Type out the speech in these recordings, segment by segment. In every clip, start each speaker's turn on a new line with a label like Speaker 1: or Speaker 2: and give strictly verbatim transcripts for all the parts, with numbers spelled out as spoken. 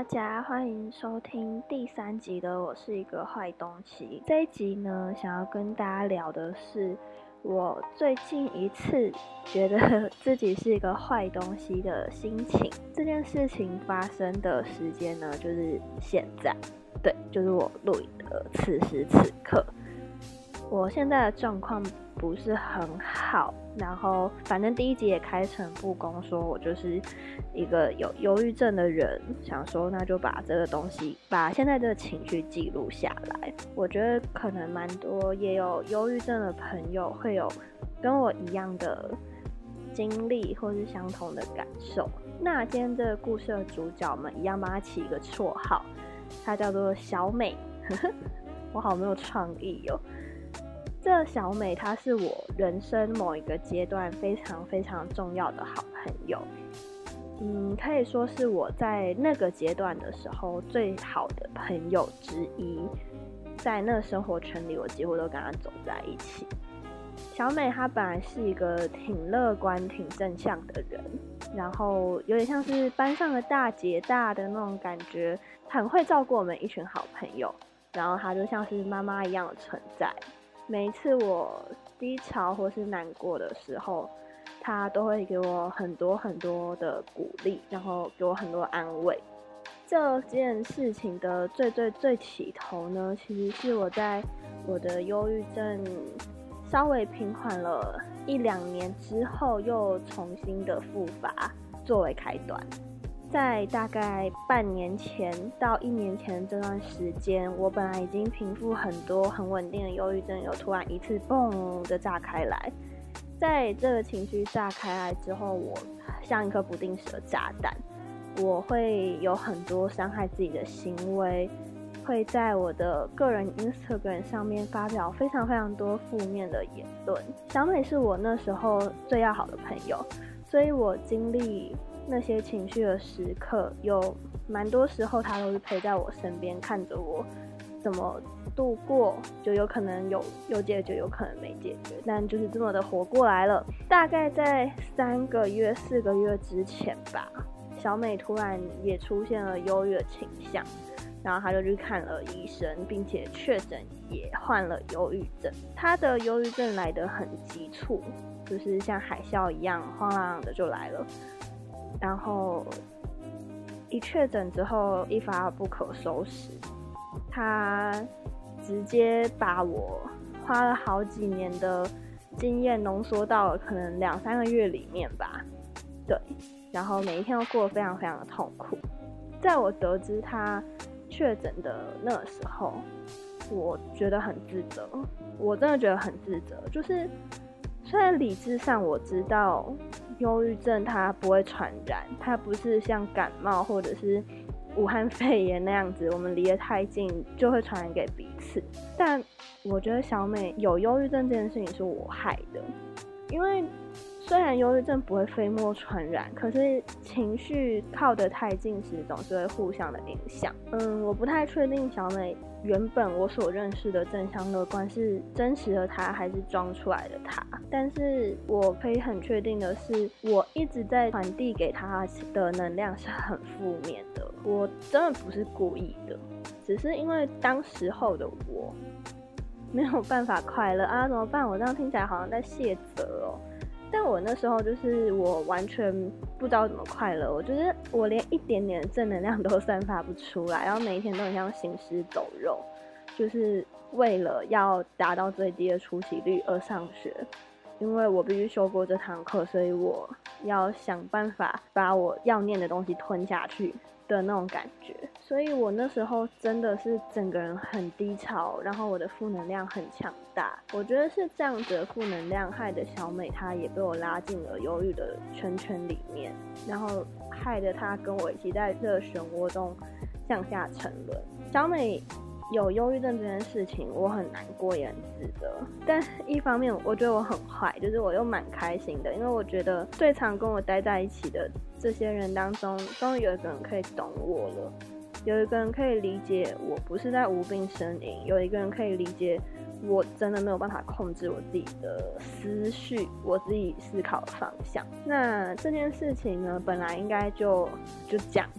Speaker 1: 家欢迎收听第三集的我是一个坏东西。这一集呢，想要跟大家聊的是我最近一次觉得自己是一个坏东西的心情。这件事情发生的时间呢，就是现在，对，就是我录影的此时此刻。我现在的状况不是很好，然后反正第一集也开诚布公说我就是一个有忧郁症的人，想说那就把这个东西把现在这个情绪记录下来。我觉得可能蛮多也有忧郁症的朋友会有跟我一样的经历或是相同的感受。那今天这个故事的主角们一样帮他起一个绰号，他叫做小美我好没有创意哦。这小美她是我人生某一个阶段非常非常重要的好朋友，嗯，可以说是我在那个阶段的时候最好的朋友之一。在那个生活圈里，我几乎都跟她走在一起。小美她本来是一个挺乐观、挺正向的人，然后有点像是班上的大姐大的那种感觉，很会照顾我们一群好朋友，然后她就像是妈妈一样的存在。每一次我低潮或是难过的时候，他都会给我很多很多的鼓励，然后给我很多安慰。这件事情的最最最起头呢，其实是我在我的忧郁症稍微平缓了一两年之后，又重新的复发作为开端。在大概半年前到一年前这段时间，我本来已经平复很多很稳定的忧郁症，又突然一次嘣的炸开来。在这个情绪炸开来之后，我像一颗不定时的炸弹，我会有很多伤害自己的行为，会在我的个人 Instagram 上面发表非常非常多负面的言论。小美是我那时候最要好的朋友，所以我经历那些情绪的时刻，有蛮多时候他都是陪在我身边，看着我怎么度过，就有可能有有解决，有可能没解决，但就是这么的活过来了。大概在三个月、四个月之前吧，小美突然也出现了忧郁的倾向，然后她就去看了医生，并且确诊也患了忧郁症。她的忧郁症来得很急促，就是像海啸一样晃朗朗的就来了。然后一确诊之后一发不可收拾，他直接把我花了好几年的经验浓缩到了可能两三个月里面吧，对，然后每一天都过得非常非常的痛苦。在我得知他确诊的那个时候，我觉得很自责，我真的觉得很自责。就是虽然理智上我知道忧郁症它不会传染，它不是像感冒或者是武汉肺炎那样子，我们离得太近就会传染给彼此。但我觉得小美有忧郁症这件事情是我害的，因为虽然忧郁症不会飞沫传染，可是情绪靠得太近时，总是会互相的影响。嗯，我不太确定小美原本我所认识的正向乐观是真实的她还是装出来的她，但是我可以很确定的是，我一直在传递给她的能量是很负面的。我真的不是故意的，只是因为当时候的我没有办法快乐啊，怎么办？我这样听起来好像在卸责哦。但我那时候就是我完全不知道怎么快乐，我就是我连一点点的正能量都散发不出来，然后每一天都很像行尸走肉，就是为了要达到最低的出席率而上学。因为我必须修过这堂课，所以我要想办法把我要念的东西吞下去的那种感觉。所以我那时候真的是整个人很低潮，然后我的负能量很强大。我觉得是这样子的负能量害得小美她也被我拉进了忧郁的圈圈里面，然后害得她跟我一起在这个漩涡中向下沉沦。小美有忧郁症这件事情我很难过也很自责，但一方面我觉得我很坏，就是我又蛮开心的，因为我觉得最常跟我待在一起的这些人当中，终于有一个人可以懂我了，有一个人可以理解我不是在无病呻吟，有一个人可以理解我真的没有办法控制我自己的思绪，我自己思考的方向。那这件事情呢，本来应该就就这样子了，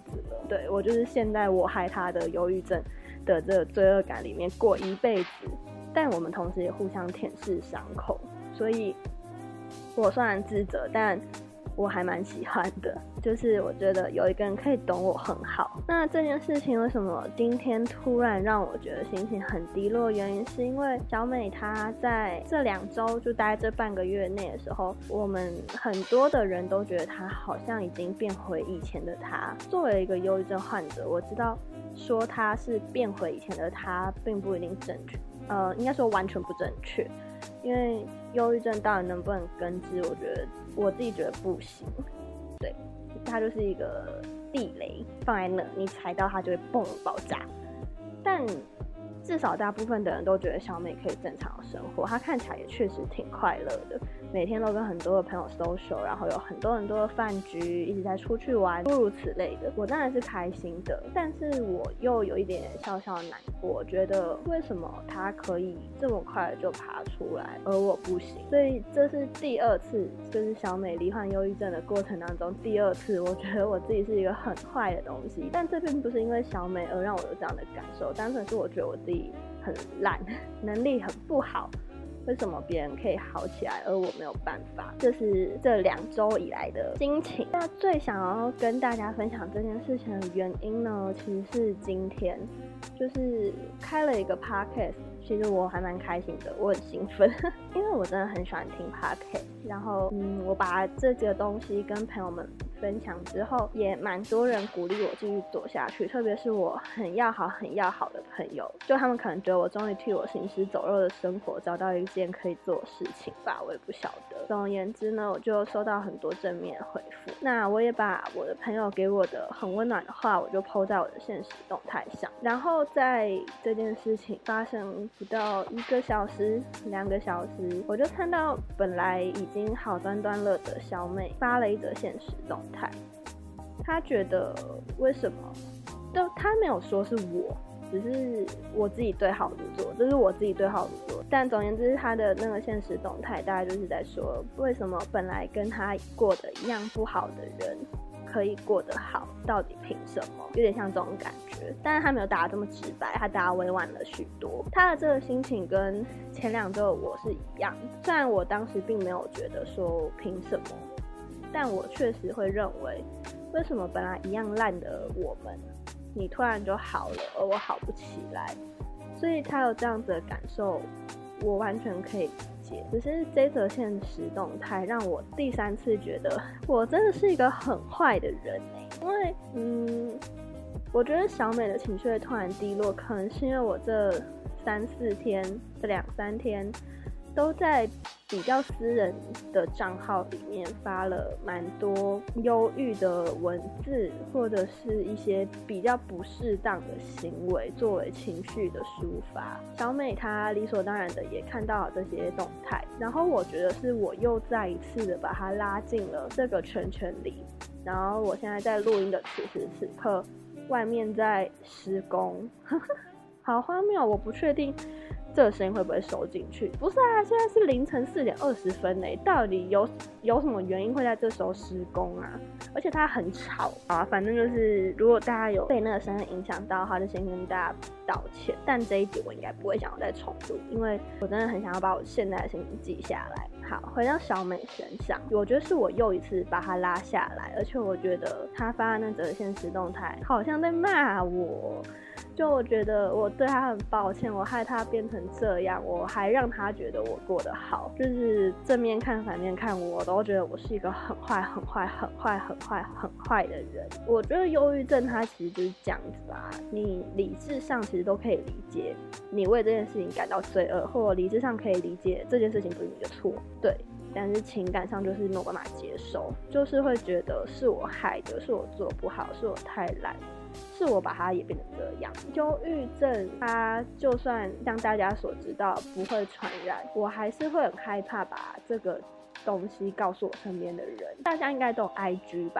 Speaker 1: 对，我就是陷在我害他的忧郁症的这个罪恶感里面过一辈子，但我们同时也互相舔舐伤口，所以我虽然自责，但我还蛮喜欢的，就是我觉得有一个人可以懂我很好。那这件事情为什么今天突然让我觉得心情很低落，原因是因为小美她在这两周就待这半个月内的时候，我们很多的人都觉得她好像已经变回以前的她。作为一个忧郁症患者，我知道说她是变回以前的她并不一定正确，呃，应该说完全不正确，因为忧郁症到底能不能根治，我觉得我自己觉得不行。对，它就是一个地雷放在那，你踩到它就会蹦爆炸。但至少大部分的人都觉得小美可以正常的生活，她看起来也确实挺快乐的，每天都跟很多的朋友 social， 然后有很多很多的饭局，一直在出去玩，诸如此类的。我当然是开心的，但是我又有一点小小的难过，觉得为什么她可以这么快就爬出来，而我不行。所以这是第二次，就是小美罹患忧郁症的过程当中第二次，我觉得我自己是一个很坏的东西。但这并不是因为小美而让我有这样的感受，单纯是我觉得我自己很烂，能力很不好，为什么别人可以好起来而我没有办法？这是这两周以来的心情。那最想要跟大家分享这件事情的原因呢，其实是今天就是开了一个 podcast， 其实我还蛮开心的，我很兴奋，因为我真的很喜欢听 podcast， 然后嗯，我把这几个东西跟朋友们分享之后，也蛮多人鼓励我继续做下去，特别是我很要好很要好的朋友，就他们可能觉得我终于替我行尸走肉的生活找到一件可以做的事情吧，我也不晓得。总而言之呢，我就收到很多正面回复，那我也把我的朋友给我的很温暖的话，我就 po 在我的现实动态上。然后在这件事情发生不到一个小时两个小时，我就看到本来已经好端端了的小美发了一则现实动态，他觉得为什么都他没有说是我，只是我自己对号入座，这是我自己对号入座。但总而言之，他的那个现实动态大概就是在说，为什么本来跟他过得一样不好的人可以过得好，到底凭什么？有点像这种感觉，但是他没有打得这么直白，他打得委婉了许多。他的这个心情跟前两周的我是一样，虽然我当时并没有觉得说凭什么，但我确实会认为，为什么本来一样烂的我们，你突然就好了，而我好不起来？所以他有这样子的感受，我完全可以理解。只是这则现实动态让我第三次觉得，我真的是一个很坏的人欸。因为，嗯，我觉得小美的情绪会突然低落，可能是因为我这三四天、这两三天都在比较私人的账号里面发了蛮多忧郁的文字，或者是一些比较不适当的行为作为情绪的抒发。小美她理所当然的也看到了这些动态，然后我觉得是我又再一次的把她拉进了这个圈圈里。然后我现在在录音的此时此刻，外面在施工，好荒谬，我不确定这个声音会不会收进去？不是啊，现在是凌晨四点二十分嘞，到底有有什么原因会在这时候施工啊？而且它很吵啊，反正就是如果大家有被那个声音影响到的话，就先跟大家道歉。但这一集我应该不会想要再重录，因为我真的很想要把我现在的心情记下来。好，回到小美身上，我觉得是我又一次把她拉下来，而且我觉得她发的那则现实动态好像在骂我。就我觉得我对他很抱歉，我害他变成这样，我还让他觉得我过得好，就是正面看反面看，我都觉得我是一个很坏很坏很坏很坏很坏的人。我觉得忧郁症它其实就是这样子吧，你理智上其实都可以理解你为这件事情感到罪恶，或者理智上可以理解这件事情不是你的错，对，但是情感上就是没有办法接受，就是会觉得是我害的，是我做不好，是我太懒，是我把它也变成这样。忧郁症它就算像大家所知道不会传染，我还是会很害怕把这个东西告诉我身边的人。大家应该都有 I G 吧，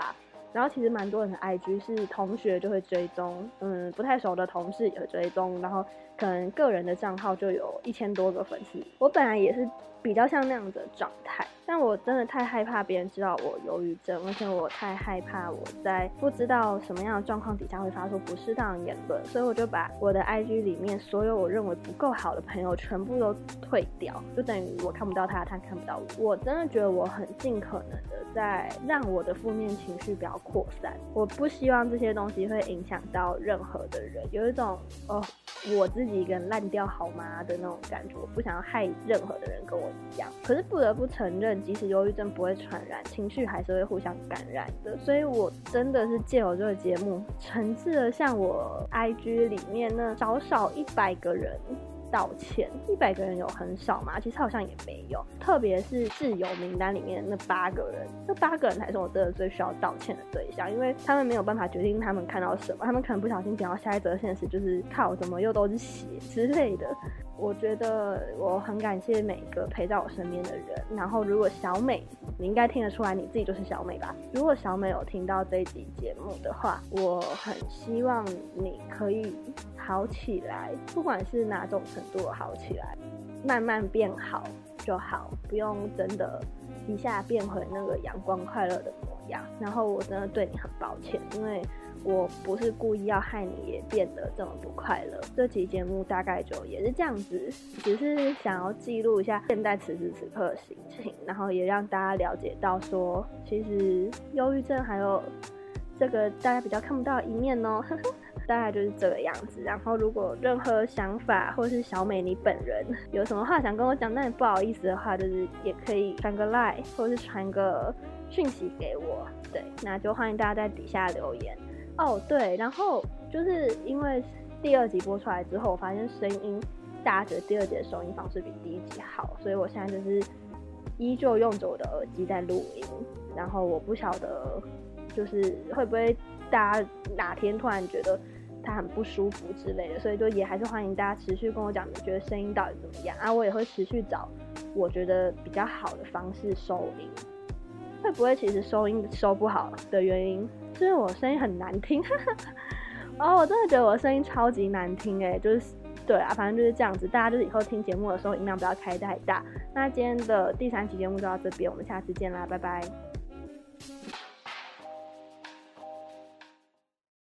Speaker 2: 然后其实蛮多人的 I G 是同学就会追踪，嗯，不太熟的同事也会追踪，然后可能个人的账号就有一千多个粉丝。我本来也是比较像那样的状态，但我真的太害怕别人知道我忧郁症，而且我太害怕我在不知道什么样的状况底下会发出不适当的言论，所以我就把我的 I G 里面所有我认为不够好的朋友全部都退掉，就等于我看不到他，他看不到我。我真的觉得我很尽可能的在让我的负面情绪不要扩散，我不希望这些东西会影响到任何的人，有一种哦我自己一个人烂掉好吗的那种感觉，我不想要害任何的人跟我一样。可是不得不承认，即使忧郁症不会传染，情绪还是会互相感染的，所以我真的是借由这个节目诚挚的向我 I G 里面那少少一百个人道歉。一百个人有很少吗？其实好像也没有，特别是挚友名单里面那八个人，那八个人才是我真的最需要道歉的对象，因为他们没有办法决定他们看到什么，他们可能不小心点到下一则现实，就是靠怎么又都是血之类的。我觉得我很感谢每个陪在我身边的人，然后如果小美，你应该听得出来你自己就是小美吧？如果小美有听到这一集节目的话，我很希望你可以好起来，不管是哪种程度的好起来，慢慢变好就好，不用真的一下变回那个阳光快乐的模样。然后我真的对你很抱歉，因为我不是故意要害你也变得这么不快乐。这期节目大概就也是这样子，只是想要记录一下现在此时此刻的心情，然后也让大家了解到说，其实忧郁症还有这个大家比较看不到的一面哦。大概就是这个样子。然后如果任何想法或是小美你本人有什么话想跟我讲，但你不好意思的话，就是也可以传个 line 或是传个讯息给我。对，那就欢迎大家在底下留言哦。对，然后就是因为第二集播出来之后，我发现声音大家觉得第二集的收音方式比第一集好，所以我现在就是依旧用着我的耳机在录音。然后我不晓得就是会不会大家哪天突然觉得它很不舒服之类的，所以就也还是欢迎大家持续跟我讲你们觉得声音到底怎么样啊，我也会持续找我觉得比较好的方式收音。会不会其实收音收不好的原因是因为我声音很难听哦，我真的觉得我声音超级难听哎，就是对啊，反正就是这样子，大家就是以后听节目的时候音量不要开太大。那今天的第三期节目就到这边，我们下次见啦，拜拜。